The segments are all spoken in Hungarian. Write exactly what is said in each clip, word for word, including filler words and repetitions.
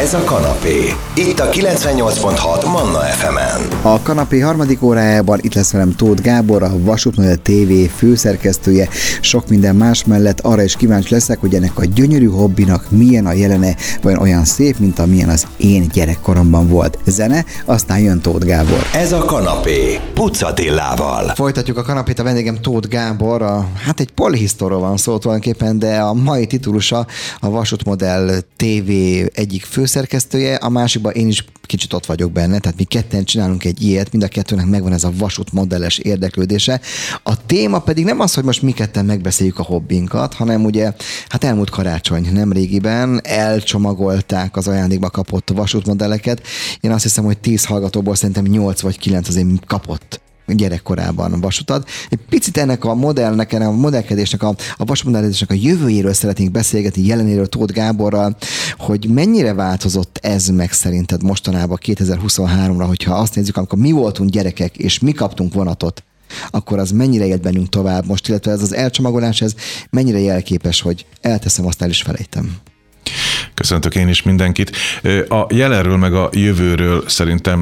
Ez a kanapé. Itt a kilencvennyolc pont hat Manna ef emen. A kanapé harmadik órájában itt lesz velem Tóth Gábor, a Vasútmodell té vé főszerkesztője. Sok minden más mellett arra is kíváncsi leszek, hogy ennek a gyönyörű hobbinak milyen a jelene, vagy olyan szép, mint amilyen az én gyerekkoromban volt. Zene, aztán jön Tóth Gábor. Ez a kanapé Puc Attilával. Folytatjuk a kanapét, a vendégem Tóth Gábor, a, hát egy polihisztorról van szó tulajdonképpen, de a mai titulusa a Vasútmodell té vé egyik főszerkesztője, a másikban én is kicsit ott vagyok benne, tehát mi ketten csinálunk egy ilyet, mind a kettőnek megvan ez a vasútmodelles érdeklődése. A téma pedig nem az, hogy most mi ketten megbeszéljük a hobbinkat, hanem ugye, hát elmúlt karácsony nemrégiben elcsomagolták az ajándékba kapott vasútmodelleket. Én azt hiszem, hogy tíz hallgatóból szerintem nyolc vagy kilenc azért kapott gyerekkorában a vasutat. Egy picit ennek a modellnek, ennek a modellkedésnek, a, a vasútmodellezésnek a jövőjéről szeretnénk beszélgetni, jelenéről Tóth Gáborral, hogy mennyire változott ez meg szerinted mostanában kétezer-huszonháromra, hogyha azt nézzük, amikor mi voltunk gyerekek, és mi kaptunk vonatot, akkor az mennyire élt bennünk tovább most, illetve ez az elcsomagolás, ez mennyire jelképes, hogy elteszem, azt el is felejtem. Köszöntök én is mindenkit. A jelenről meg a jövőről szerintem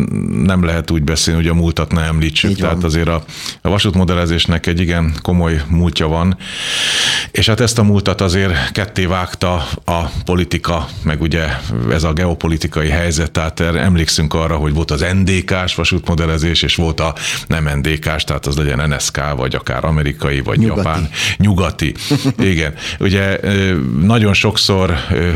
nem lehet úgy beszélni, hogy a múltat ne említsük. Tehát azért a, a vasútmodellezésnek egy igen komoly múltja van, és hát ezt a múltat azért ketté vágta a politika, meg ugye ez a geopolitikai helyzet, tehát emlékszünk arra, hogy volt az en dé ká-s vasútmodellezés, és volt a nem en dé ká-s, tehát az legyen en es ká, vagy akár amerikai, vagy nyugati. Japán. Nyugati. Igen. Ugye nagyon sokszor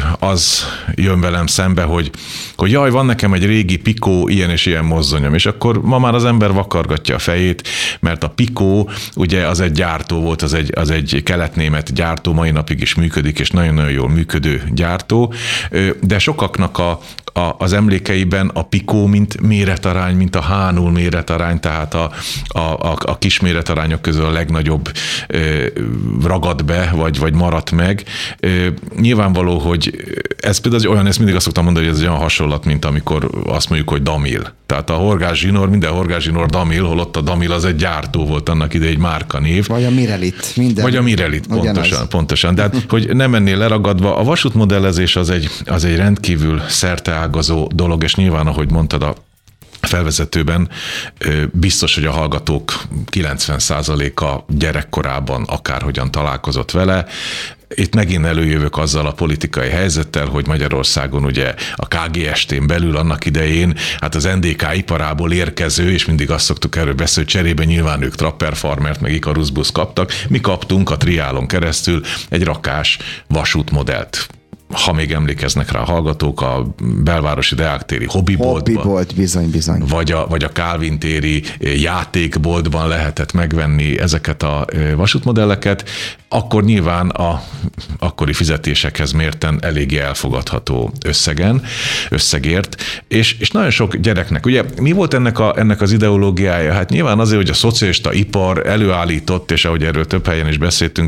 az jön velem szembe, hogy, hogy jaj, van nekem egy régi Pico, ilyen és ilyen mozdonyom, és akkor ma már az ember vakargatja a fejét, mert a Pico ugye az egy gyártó volt, az egy, az egy keletnémet gyártó, mai napig is működik, és nagyon-nagyon jól működő gyártó, de sokaknak a A, az emlékeiben a Pico mint méretarány, mint a há null méretarány, tehát a, a, a, a kis méretarányok közül a legnagyobb ö, ragad be, vagy, vagy maradt meg. Ö, nyilvánvaló, hogy ez például olyan, ezt mindig azt szoktam mondani, hogy ez egy olyan hasonlat, mint amikor azt mondjuk, hogy Damil. Tehát a horgászsinór, minden horgászsinór Damil, holott a Damil az egy gyártó volt annak ide, egy márkanév. Vagy a Mirelit. Minden. Vagy a Mirelit, pontosan. pontosan. De hát, hogy nem ennél leragadva, a vasútmodellezés az egy, az egy rendkívül szerteágazó dolog, és nyilván, ahogy mondtad a felvezetőben, biztos, hogy a hallgatók kilencven százaléka gyerekkorában akárhogyan találkozott vele. Itt megint előjövök azzal a politikai helyzettel, hogy Magyarországon ugye a ká gé es té-n belül annak idején, hát az en dé ká iparából érkező, és mindig azt szoktuk erről beszélni, hogy cserébe nyilván ők Trapper Farmert, meg Icarus Busz kaptak, mi kaptunk a Triálon keresztül egy rakás vasútmodellt. Ha még emlékeznek rá a hallgatók, a belvárosi Deák-téri hobbiboltban. Hobbibolt, bizony, bizony. Vagy a, vagy a Kálvin téri játékboltban lehetett megvenni ezeket a vasútmodelleket, akkor nyilván a akkori fizetésekhez mérten eléggé elfogadható összegen, összegért, és, és nagyon sok gyereknek, ugye mi volt ennek, a, ennek az ideológiája? Hát nyilván azért, hogy a szocialista ipar előállított, és ahogy erről több helyen is beszéltünk,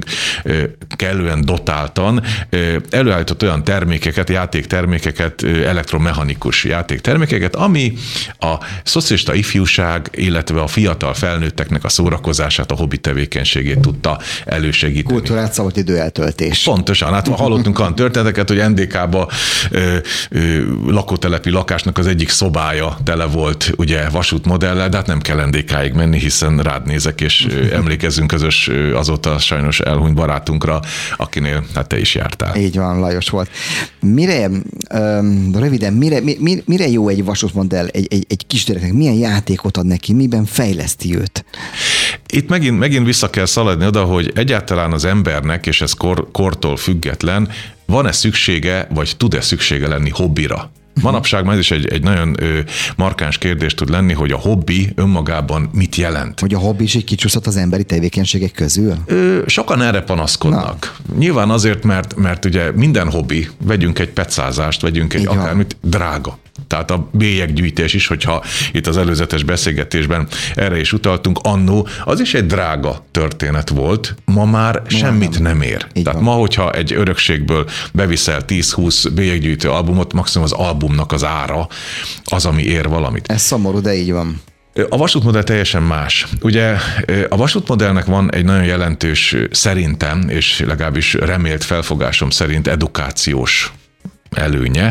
kellően dotáltan, előállított olyan termékeket, játéktermékeket, elektromechanikus játéktermékeket, ami a szocialista ifjúság, illetve a fiatal felnőtteknek a szórakozását, a hobbi tevékenységét tudta elősegíteni. Kultúrát, szabad idő eltöltés. Pontosan, hát hallottunk olyan történeteket, hogy en dé ká-ba ö, ö, lakótelepi lakásnak az egyik szobája tele volt ugye vasútmodellel, de hát nem kell en dé ká-ig menni, hiszen rád nézek, és emlékezzünk közös azóta sajnos elhunyt barátunkra, akinél hát te is jártál. Így van, Lajos volt. Mire, um, röviden, mire, mi, mire jó egy vasútmodell egy, egy, egy kisgyereknek? Milyen játékot ad neki? Miben fejleszti őt? Itt megint, megint vissza kell szaladni oda, hogy egyáltalán az embernek, és ez kor, kortól független, van-e szüksége, vagy tud-e szüksége lenni hobbira? Manapság már ez is egy, egy nagyon ö, markáns kérdés tud lenni, hogy a hobbi önmagában mit jelent. Hogy a hobbi is egy kicsúszott az emberi tevékenységek közül? Ö, sokan erre panaszkodnak. Na. Nyilván azért, mert, mert ugye minden hobbi, vegyünk egy pecázást, vegyünk egy akármit, drága. Tehát a bélyeggyűjtés is, hogyha itt az előzetes beszélgetésben erre is utaltunk, annó, az is egy drága történet volt, ma már ma semmit nem, nem ér. Így Tehát van. Ma, hogyha egy örökségből beviszel tíz-húsz bélyeggyűjtő albumot, maximum az albumnak az ára az, ami ér valamit. Ez szomorú, de így van. A vasútmodell teljesen más. Ugye a vasútmodellnek van egy nagyon jelentős, szerintem, és legalábbis remélt felfogásom szerint edukációs előnye.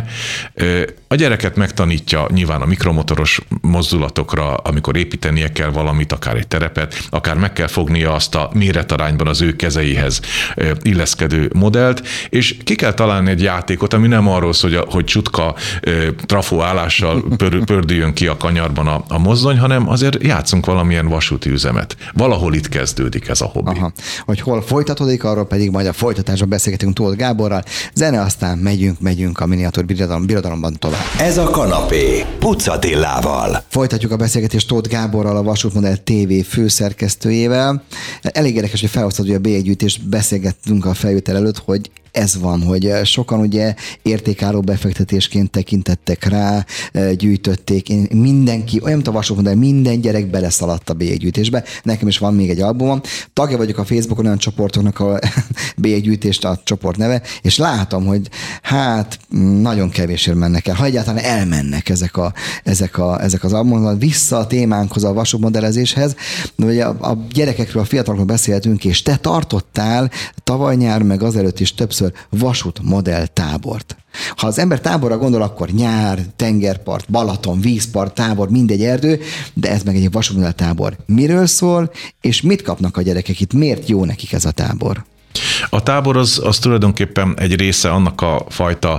A gyereket megtanítja nyilván a mikromotoros mozdulatokra, amikor építenie kell valamit, akár egy terepet, akár meg kell fognia azt a méretarányban az ő kezeihez illeszkedő modellt, és ki kell találni egy játékot, ami nem arról szól, hogy csutka trafó állással pör, pördüljön ki a kanyarban a, a mozdony, hanem azért játszunk valamilyen vasúti üzemet. Valahol itt kezdődik ez a hobbi. Aha. Hogy hol folytatódik, arról pedig majd a folytatásban beszélgetünk Tóth Gáborral. Zene, aztán megyünk, megyünk a miniatúr birodalom, birodalomban tovább. Ez a kanapé Puc Attilával. Folytatjuk a beszélgetést Tóth Gáborral, a Vasútmodell té vé főszerkesztőjével. Elég érdekes, hogy felhoztad a bélyeggyűjtést, beszélgettünk a felvétel előtt, hogy ez van, hogy sokan ugye értékálló befektetésként tekintettek rá, gyűjtötték. Én, mindenki, olyan, mint a Vasútmodell, minden gyerek beleszaladt a bélyeggyűjtésbe. Nekem is van még egy albumom. Tagja vagyok a Facebookon olyan csoportoknak, a bélyeggyűjtést a csoport neve, és látom, hogy hát nagyon kevésért mennek el. Ha egyáltalán elmennek ezek, a, ezek, a, ezek az albumok, vissza a témánkhoz, a vasútmodellezéshez. Ugye a, a gyerekekről, a fiatalokról beszéltünk, és te tartottál tavaly nyár, meg azelőtt is többször vasútmodell tábort. Ha az ember táborra gondol, akkor nyár, tengerpart, Balaton, vízpart, tábor, mindegy erdő, de ez meg egy vasútmodell tábor. Miről szól, és mit kapnak a gyerekek itt? Miért jó nekik ez a tábor? A tábor az, az tulajdonképpen egy része annak a fajta,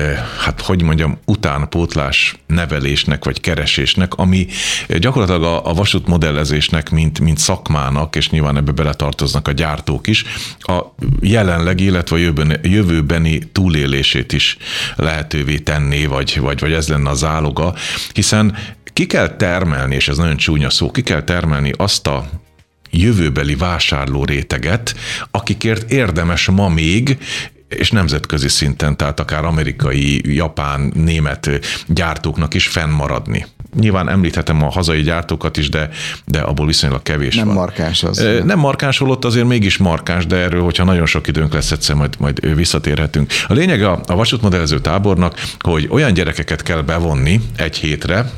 hát hogy mondjam, utánpótlás nevelésnek vagy keresésnek, ami gyakorlatilag a, a vasútmodellezésnek, mint, mint szakmának, és nyilván ebbe beletartoznak a gyártók is, a jelenlegi, illetve a jövőbeni, jövőbeni túlélését is lehetővé tenné, vagy, vagy, vagy ez lenne a záloga, hiszen ki kell termelni, és ez nagyon csúnya szó, ki kell termelni azt a jövőbeli vásárló réteget, akikért érdemes ma még, és nemzetközi szinten, tehát akár amerikai, japán, német gyártóknak is fennmaradni. Nyilván említhetem a hazai gyártókat is, de, de abból viszonylag kevés nem van. Nem markáns az. Nem markáns, holott azért mégis markáns, de erről, hogyha nagyon sok időnk lesz, egyszer majd, majd visszatérhetünk. A lényeg a, a vasútmodellező tábornak, hogy olyan gyerekeket kell bevonni egy hétre,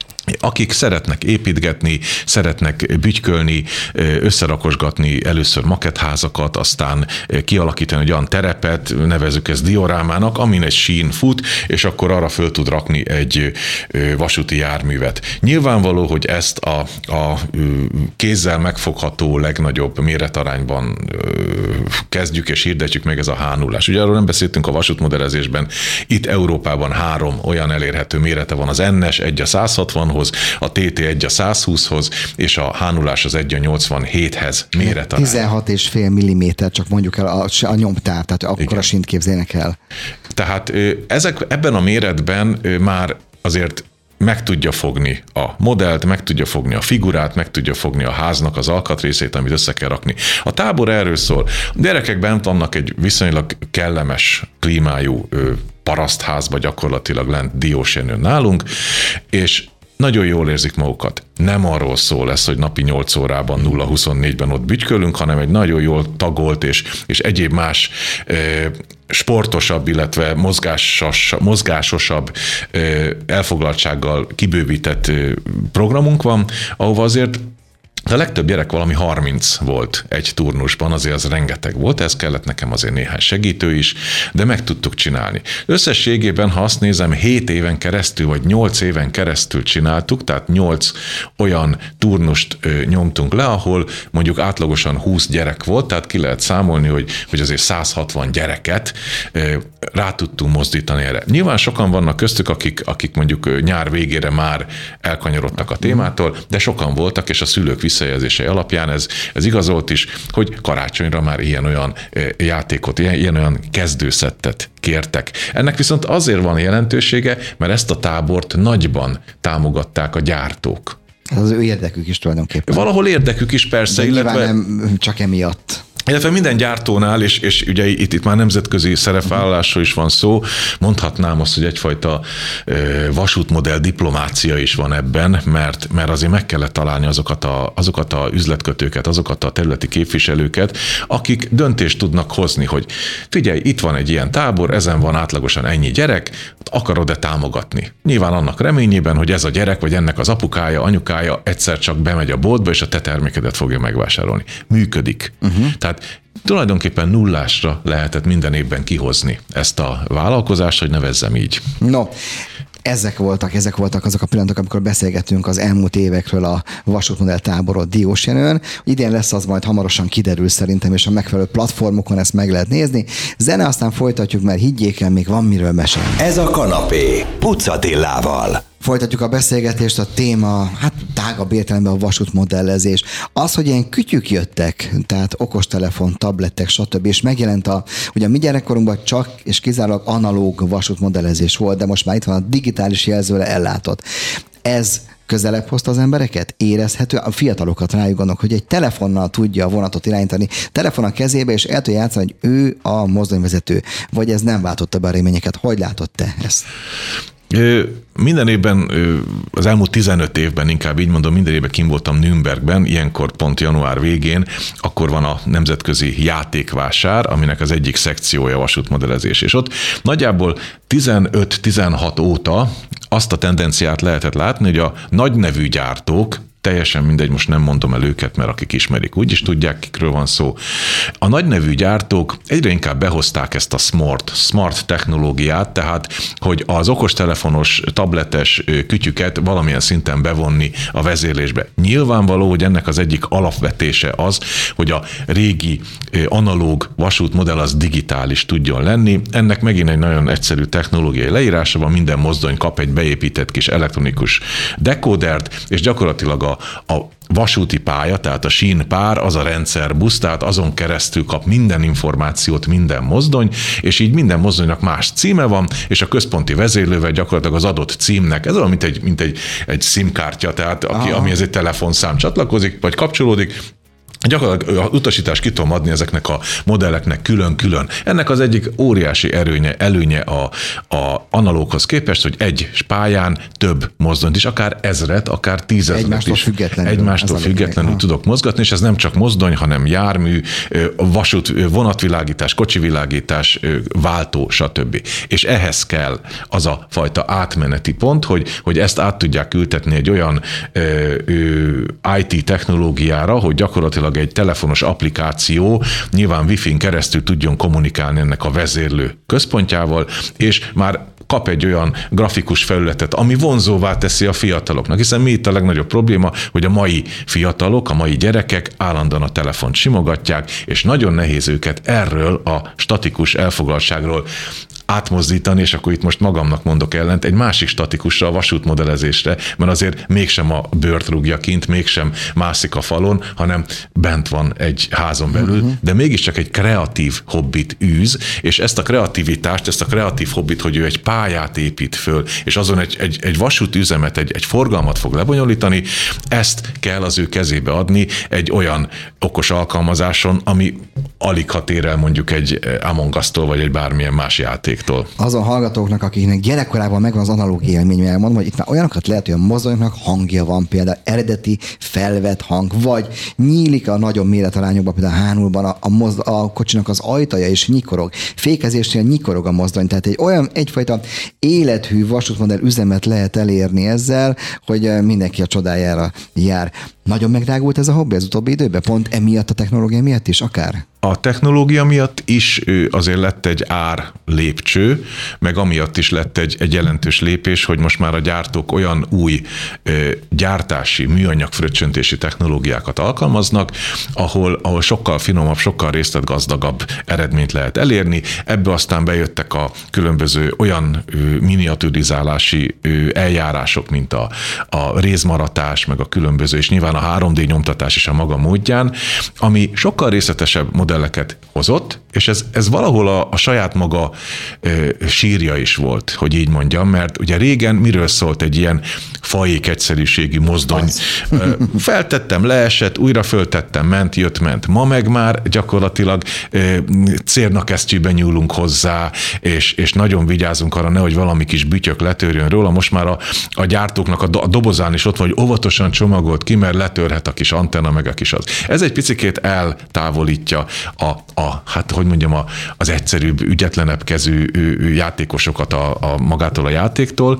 akik szeretnek építgetni, szeretnek bütykölni, összerakosgatni először maketházakat, aztán kialakítani egy olyan terepet, nevezzük ezt diorámának, amin egy sín fut, és akkor arra föl tud rakni egy vasúti járművet. Nyilvánvaló, hogy ezt a, a kézzel megfogható legnagyobb méretarányban kezdjük és hirdetjük meg, ez a há nullás. Ugye arról nem beszéltünk a vasútmodellezésben, itt Európában három olyan elérhető mérete van, az en-es egy a száz hatvanhoz, a té té egy a száz húszhoz, és a há nullás az egy a nyolcvanhéthez méretarány. tizenhat és fél milliméter, csak mondjuk el a, a nyomtáv, tehát akkor a sint képzelnek el. Tehát ezek, ebben a méretben már azért meg tudja fogni a modellt, meg tudja fogni a figurát, meg tudja fogni a háznak az alkatrészét, amit össze kell rakni. A tábor erről szól. A gyerekek bent vannak egy viszonylag kellemes klímájú parasztházba, gyakorlatilag lent Diósjenőn nálunk, és nagyon jól érzik magukat. Nem arról szól ez, hogy napi nyolc órában nulla huszonnégyben ott bütykölünk, hanem egy nagyon jól tagolt és, és egyéb más e, sportosabb, illetve mozgásos, mozgásosabb e, elfoglaltsággal kibővített e, programunk van, ahova azért a legtöbb gyerek valami harminc volt egy turnusban, azért az rengeteg volt, ez kellett nekem azért néhány segítő is, de meg tudtuk csinálni. Összességében, ha azt nézem, hét éven keresztül, vagy nyolc éven keresztül csináltuk, tehát nyolc olyan turnust ö, nyomtunk le, ahol mondjuk átlagosan húsz gyerek volt, tehát ki lehet számolni, hogy, hogy azért száz hatvan gyereket ö, rá tudtunk mozdítani erre. Nyilván sokan vannak köztük, akik, akik mondjuk nyár végére már elkanyarodtak a témától, de sokan voltak, és a szülők visszajelzései alapján ez, ez igazolt is, hogy karácsonyra már ilyen-olyan játékot, ilyen-olyan kezdőszettet kértek. Ennek viszont azért van jelentősége, mert ezt a tábort nagyban támogatták a gyártók. Ez az ő érdekük is tulajdonképpen. Valahol érdekük is persze. De illetve nem csak emiatt. Illetve minden gyártónál, és, és ugye itt, itt már nemzetközi szerepvállalásról is van szó, mondhatnám azt, hogy egyfajta vasútmodell diplomácia is van ebben, mert, mert azért meg kellett találni azokat a, azokat a üzletkötőket, azokat a területi képviselőket, akik döntést tudnak hozni, hogy figyelj, itt van egy ilyen tábor, ezen van átlagosan ennyi gyerek, akarod-e támogatni? Nyilván annak reményében, hogy ez a gyerek, vagy ennek az apukája, anyukája egyszer csak bemegy a boltba, és a te termékedet fogja megvásárolni. Működik. Uh-huh. Tehát tulajdonképpen nullásra lehetett minden évben kihozni ezt a vállalkozást, hogy nevezzem így. No, Ezek voltak, ezek voltak azok a pillanatok, amikor beszélgetünk az elmúlt évekről a vasútmodell táborod Diósjenőn. Idén lesz az, majd hamarosan kiderül szerintem, és a megfelelő platformokon ezt meg lehet nézni. Zene, aztán folytatjuk, mert higgyék el, még van miről mesélni. Ez a kanapé Pucz Attilával. Folytatjuk a beszélgetést, a téma, hát tágabb értelemben a vasútmodellezés. Az, hogy ilyen kütyük jöttek, tehát okostelefon, tablettek, stb. És megjelent a, ugye a mi gyerekkorunkban csak és kizárólag analóg vasútmodellezés volt, de most már itt van a digitális jelzőre ellátott. Ez közelebb hozta az embereket? Érezhető? A fiatalokat rájuk gondolok, hogy egy telefonnal tudja a vonatot irányítani, telefon a kezébe, és el tudja játszani, hogy ő a mozdonyvezető. Vagy ez nem váltotta be a reményeket? Hogy látod te ezt? Minden évben, az elmúlt tizenöt évben, inkább így mondom, minden évben kint voltam Nürnbergben, ilyenkor pont január végén, akkor van a nemzetközi játékvásár, aminek az egyik szekciója vasútmodellezés. És ott nagyjából tizenöt-tizenhat óta azt a tendenciát lehetett látni, hogy a nagy nevű gyártók, teljesen mindegy, most nem mondom el őket, mert akik ismerik, úgyis tudják, kikről van szó. A nagynevű gyártók egyre inkább behozták ezt a smart, smart technológiát, tehát, hogy az okostelefonos, tabletes kütyüket valamilyen szinten bevonni a vezérlésbe. Nyilvánvaló, hogy ennek az egyik alapvetése az, hogy a régi analóg vasútmodell az digitális tudjon lenni. Ennek megint egy nagyon egyszerű technológiai leírása van, minden mozdony kap egy beépített kis elektronikus dekódert, és gyakorlatilag a a vasúti pálya, tehát a sínpár, az a rendszerbusz, tehát azon keresztül kap minden információt minden mozdony, és így minden mozdonynak más címe van, és a központi vezérlővel gyakorlatilag az adott címnek, ez olyan, mint egy, mint egy, egy SIM-kártya, tehát aki, amihez egy telefonszám csatlakozik, vagy kapcsolódik, gyakorlatilag utasítást ki tudom adni ezeknek a modelleknek külön-külön. Ennek az egyik óriási erőnye, előnye a, a analóghoz képest, hogy egy pályán több mozdonyt is, akár ezret, akár tízezret egymástól is. Függetlenül. Egymástól függetlenül tudok mozgatni, és ez nem csak mozdony, hanem jármű, vasút, vonatvilágítás, kocsivilágítás, váltó, stb. És ehhez kell az a fajta átmeneti pont, hogy, hogy ezt át tudják ültetni egy olyan ö, ö, i té technológiára, hogy gyakorlatilag egy telefonos applikáció nyilván Wi-Fi-n keresztül tudjon kommunikálni ennek a vezérlő központjával, és már kap egy olyan grafikus felületet, ami vonzóvá teszi a fiataloknak, hiszen mi itt a legnagyobb probléma, hogy a mai fiatalok, a mai gyerekek állandóan a telefont simogatják, és nagyon nehéz őket erről a statikus elfoglaltságról átmozdítani, és akkor itt most magamnak mondok ellent, egy másik statikusra, a vasútmodellezésre, mert azért mégsem a bőrt rúgja kint, mégsem mászik a falon, hanem bent van egy házon belül, uh-huh. de mégiscsak egy kreatív hobbit űz, és ezt a kreativitást, ezt a kreatív hobbit, hogy ő egy pályát épít föl, és azon egy, egy, egy vasútüzemet, egy, egy forgalmat fog lebonyolítani, ezt kell az ő kezébe adni egy olyan okos alkalmazáson, ami alig hat ér el mondjuk egy Among Us-tól, vagy egy bármilyen más játéktól. Azon hallgatóknak, akiknek gyerekkorában megvan az analóg élmény, elmondom, hogy itt már olyanokat lehet, hogy a mozdonyoknak hangja van, például eredeti felvett hang, vagy nyílik a nagyobb méretarányokban, például a hánulban a, a, mozd, a kocsinak az ajtaja és nyikorog. Fékezésnél nyikorog a mozdony, tehát egy olyan egyfajta élethű vasútmodell üzemet lehet elérni ezzel, hogy mindenki a csodájára jár. Nagyon megdrágult ez a hobbi az utóbbi időben, pont emiatt a technológia miatt is akár? A technológia miatt is azért lett egy ár lépcső, meg amiatt is lett egy, egy jelentős lépés, hogy most már a gyártók olyan új ö, gyártási, műanyag fröccsöntési technológiákat alkalmaznak, ahol, ahol sokkal finomabb, sokkal részletgazdagabb eredményt lehet elérni. Ebbe aztán bejöttek a különböző olyan ö, miniaturizálási ö, eljárások, mint a, a rézmaratás, meg a különböző, és nyilván a három dé nyomtatás is a maga módján, ami sokkal részletesebb modelleket hozott, és ez, ez valahol a, a saját maga ö, sírja is volt, hogy így mondjam, mert ugye régen miről szólt egy ilyen fajék egyszerűségű mozdony. Ö, feltettem, leesett, újra föltettem, ment, jött, ment. Ma meg már gyakorlatilag ö, cérnakesztyűben nyúlunk hozzá, és, és nagyon vigyázunk arra, nehogy valami kis bütyök letörjön róla. Most már a, a gyártóknak a, do, a dobozán is ott van, hogy óvatosan csomagolt ki, mert letörhet a kis antenna, meg a kis az. Ez egy picikét eltávolítja a, a hát hogy mondjam, a, az egyszerűbb, ügyetlenebb kezű játékosokat a, a magától a játéktól.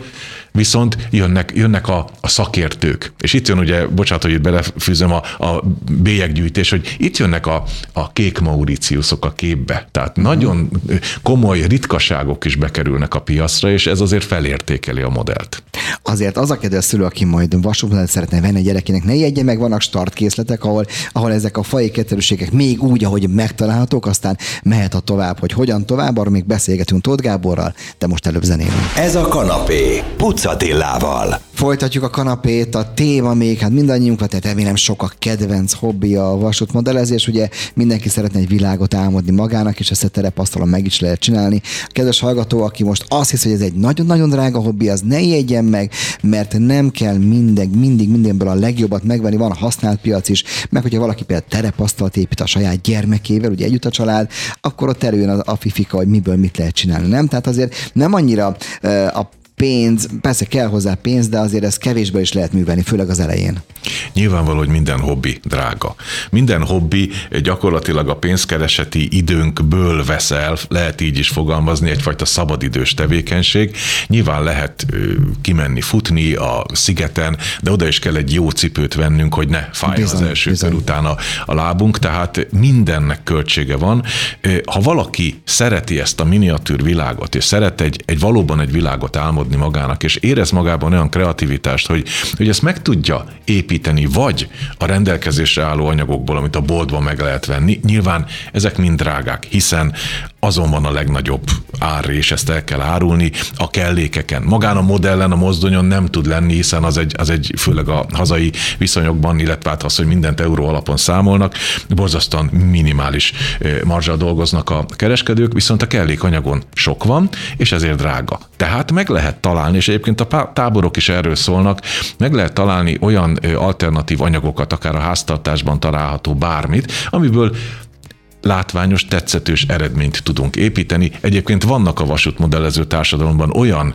Viszont jönnek, jönnek a, a szakértők. És itt jön ugye, bocsánat, hogy itt belefűzöm a, a bélyeggyűjtés, hogy itt jönnek a, a kék Mauritiusok a képbe. Tehát mm. nagyon komoly ritkaságok is bekerülnek a piacra, és ez azért felértékeli a modellt. Azért az a kedves szülő, aki majd vasútmodellt szeretne venni a gyerekének, ne jegye meg, vannak startkészletek, ahol, ahol ezek a fai kettőségek még úgy, ahogy megtalálhatók, aztán mehet a tovább, hogy hogyan tovább, arról még beszélgetünk Tóth Gáborral, de most előbb zenélünk. Ez a kanapé Puc Attilával. Folytatjuk a kanapét, a téma még, hát mindannyiunknak, tehát remélem sok a kedvenc hobbija a vasútmodellezés, ugye mindenki szeretne egy világot álmodni magának, és ezt a terepasztalon meg is lehet csinálni. A kedves hallgató, aki most azt hisz, hogy ez egy nagyon-nagyon drága hobbi, az ne jegyen meg, mert nem kell minden, mindig mindenből a legjobbat megvenni, van a használt piac is, meg hogyha valaki például terepasztalt épít a saját gyermekével, ugye együtt a család, akkor ott előjön a, a fifika, hogy miből mit lehet csinálni, nem? Tehát azért nem annyira uh, a pénz, persze kell hozzá pénz, de azért ezt kevésből is lehet művelni, főleg az elején. Nyilvánvaló, hogy minden hobbi drága. Minden hobbi gyakorlatilag a pénzkereseti időnkből vesz el, lehet így is fogalmazni, egyfajta szabadidős tevékenység. Nyilván lehet kimenni futni a szigeten, de oda is kell egy jó cipőt vennünk, hogy ne fájjon az első kör után a, a lábunk, tehát mindennek költsége van. Ha valaki szereti ezt a miniatűr világot, és szeret egy, egy valóban egy világot álmodni magának, és érez magában olyan kreativitást, hogy, hogy ezt meg tudja építeni, vagy a rendelkezésre álló anyagokból, amit a boltban meg lehet venni. Nyilván ezek mind drágák, hiszen azon van a legnagyobb ár, és ezt el kell árulni a kellékeken. Magán a modellen, a mozdonyon nem tud lenni, hiszen az egy, az egy főleg a hazai viszonyokban, illetve hát az, hogy mindent euró alapon számolnak, borzasztóan minimális marzsal dolgoznak a kereskedők, viszont a kellékanyagon sok van, és ezért drága. Tehát meg lehet találni, és egyébként a táborok is erről szólnak, meg lehet találni olyan alternatív anyagokat, akár a háztartásban található bármit, amiből látványos, tetszetős eredményt tudunk építeni. Egyébként vannak a vasútmodellező társadalomban olyan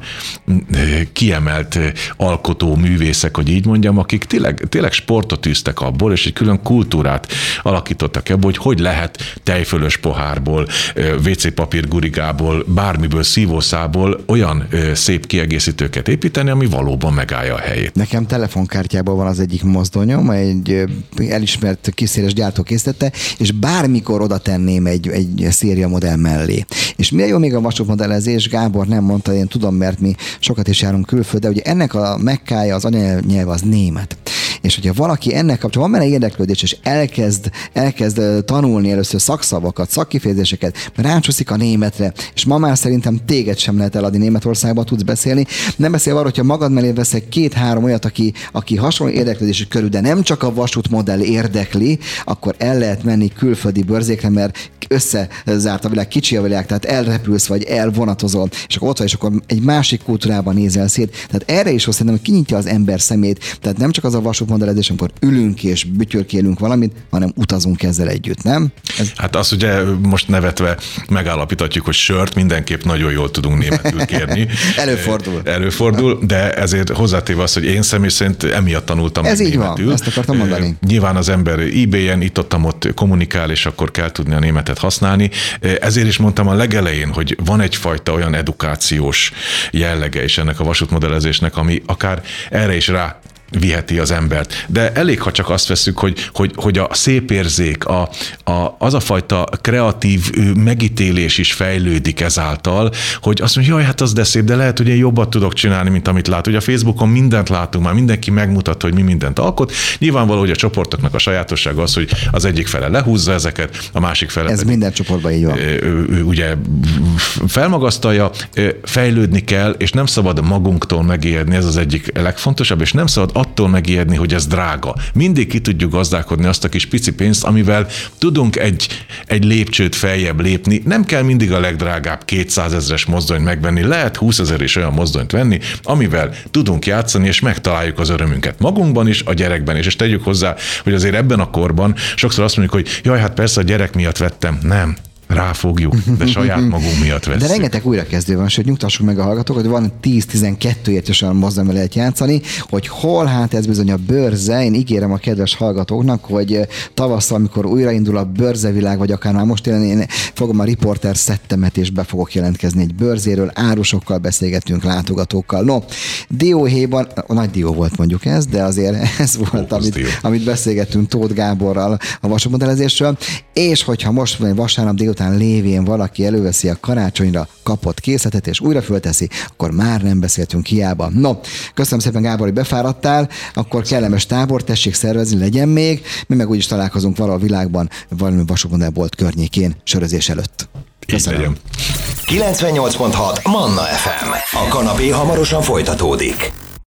kiemelt alkotó művészek, hogy így mondjam, akik tényleg, tényleg sportot űztek abból, és egy külön kultúrát alakítottak ebből, hogy hogy lehet tejfölös pohárból, vé cé papír gurigából, bármiből, szívószából olyan szép kiegészítőket építeni, ami valóban megállja a helyét. Nekem telefonkártyában van az egyik mozdonyom, egy elismert kiszéles gyártó készítette, és bármikor oda tenném egy, egy széria modell mellé. És milyen jó még a vasútmodellezés, Gábor nem mondta, én tudom, mert mi sokat is járunk külföldre, ugye ennek a mekkája, az anyanyelv az német. És hogyha valaki ennek kapcsolatban van benne érdeklődés, és elkezd, elkezd tanulni először szakszavakat, szakkifejezéseket, rácsúszik a németre, és ma már szerintem téged sem lehet eladni Németországba, tudsz beszélni. Nem beszél arról, hogyha magad mellé veszek két-három olyat, aki, aki hasonló érdeklődésű körül, de nem csak a vasútmodell érdekli, akkor el lehet menni külföldi bőrzékre, mert összezárt a világ, kicsi a világ, tehát elrepülsz, vagy elvonatozol, és akkor ott vagy, és akkor egy másik kultúrában nézel szét. Tehát erre is szerintem, hogy kinyitja az ember szemét. Tehát nem csak az a vasútmodellezés, amikor ülünk és bütyörkélünk valamit, hanem utazunk ezzel együtt, nem? Ez... Hát azt ugye most nevetve megállapíthatjuk, hogy sört mindenképp nagyon jól tudunk németül kérni. Előfordul. Előfordul, de ezért hozzátéve az, hogy én személy szerint emiatt tanultam Ez meg így németül. van, ezt akartam mondani. Nyilván az ember eBay-en itt-ott kommunikál, és akkor kell tudni a németet használni. Ezért is mondtam a legelején, hogy van egyfajta olyan edukációs jellege is ennek a vasútmodellezésnek, ami akár erre is rá viheti az embert. De elég, ha csak azt veszük, hogy, hogy, hogy a szép érzék, a, a, az a fajta kreatív megítélés is fejlődik ezáltal, hogy azt mondja, jaj, hát az de szép, de lehet, hogy én jobbat tudok csinálni, mint amit lát. Ugye a Facebookon mindent látunk, már mindenki megmutatta, hogy mi mindent alkot. Nyilvánvaló, hogy a csoportoknak a sajátossága az, hogy az egyik fele lehúzza ezeket, a másik fele Ez minden csoportban így van. Ugye felmagasztalja, fejlődni kell, és nem szabad magunktól megijedni, ez az egyik legfontosabb, és nem szabad attól megijedni, hogy ez drága. Mindig ki tudjuk gazdálkodni azt a kis pici pénzt, amivel tudunk egy, egy lépcsőt feljebb lépni. Nem kell mindig a legdrágább kétszázezres mozdonyt megvenni, lehet húszezer is olyan mozdonyt venni, amivel tudunk játszani, és megtaláljuk az örömünket magunkban is, a gyerekben is. És tegyük hozzá, hogy azért ebben a korban sokszor azt mondjuk, hogy jaj, hát persze a gyerek miatt vettem. Nem. ráfogjuk, de saját magunk miatt vesszük. De rengeteg újrakezdő van, sőt nyugtassuk meg a hallgatókat, hogy van tíz-tizenkettő értes olyan mozdulommal lehet játszani, hogy hol, hát ez bizony a bőrze. Én ígérem a kedves hallgatóknak, hogy tavasszal, amikor újraindul a bőrzevilág, vagy akár már most én, én fogom a riporter szettemet, és be fogok jelentkezni egy bőrzéről, árusokkal beszélgetünk, látogatókkal. No, dióhéjban, nagy dió volt mondjuk ez, de azért ez volt, amit, amit beszélgettünk Tóth Gáborral a vasútmodellezésről, és hogyha most vasárnap délután lévén valaki előveszi a karácsonyra kapott készletet, és újra fölteszi, akkor már nem beszéltünk hiába. No, köszönöm szépen, Gábor, hogy befáradtál, akkor kellemes tábor, tessék szervezni, legyen még, mi meg úgyis találkozunk valahol a világban, valami vasútmodellbolt környékén, sörözés előtt. Köszönöm. kilencvennyolc pont hat Manna ef em. A kanapé hamarosan folytatódik.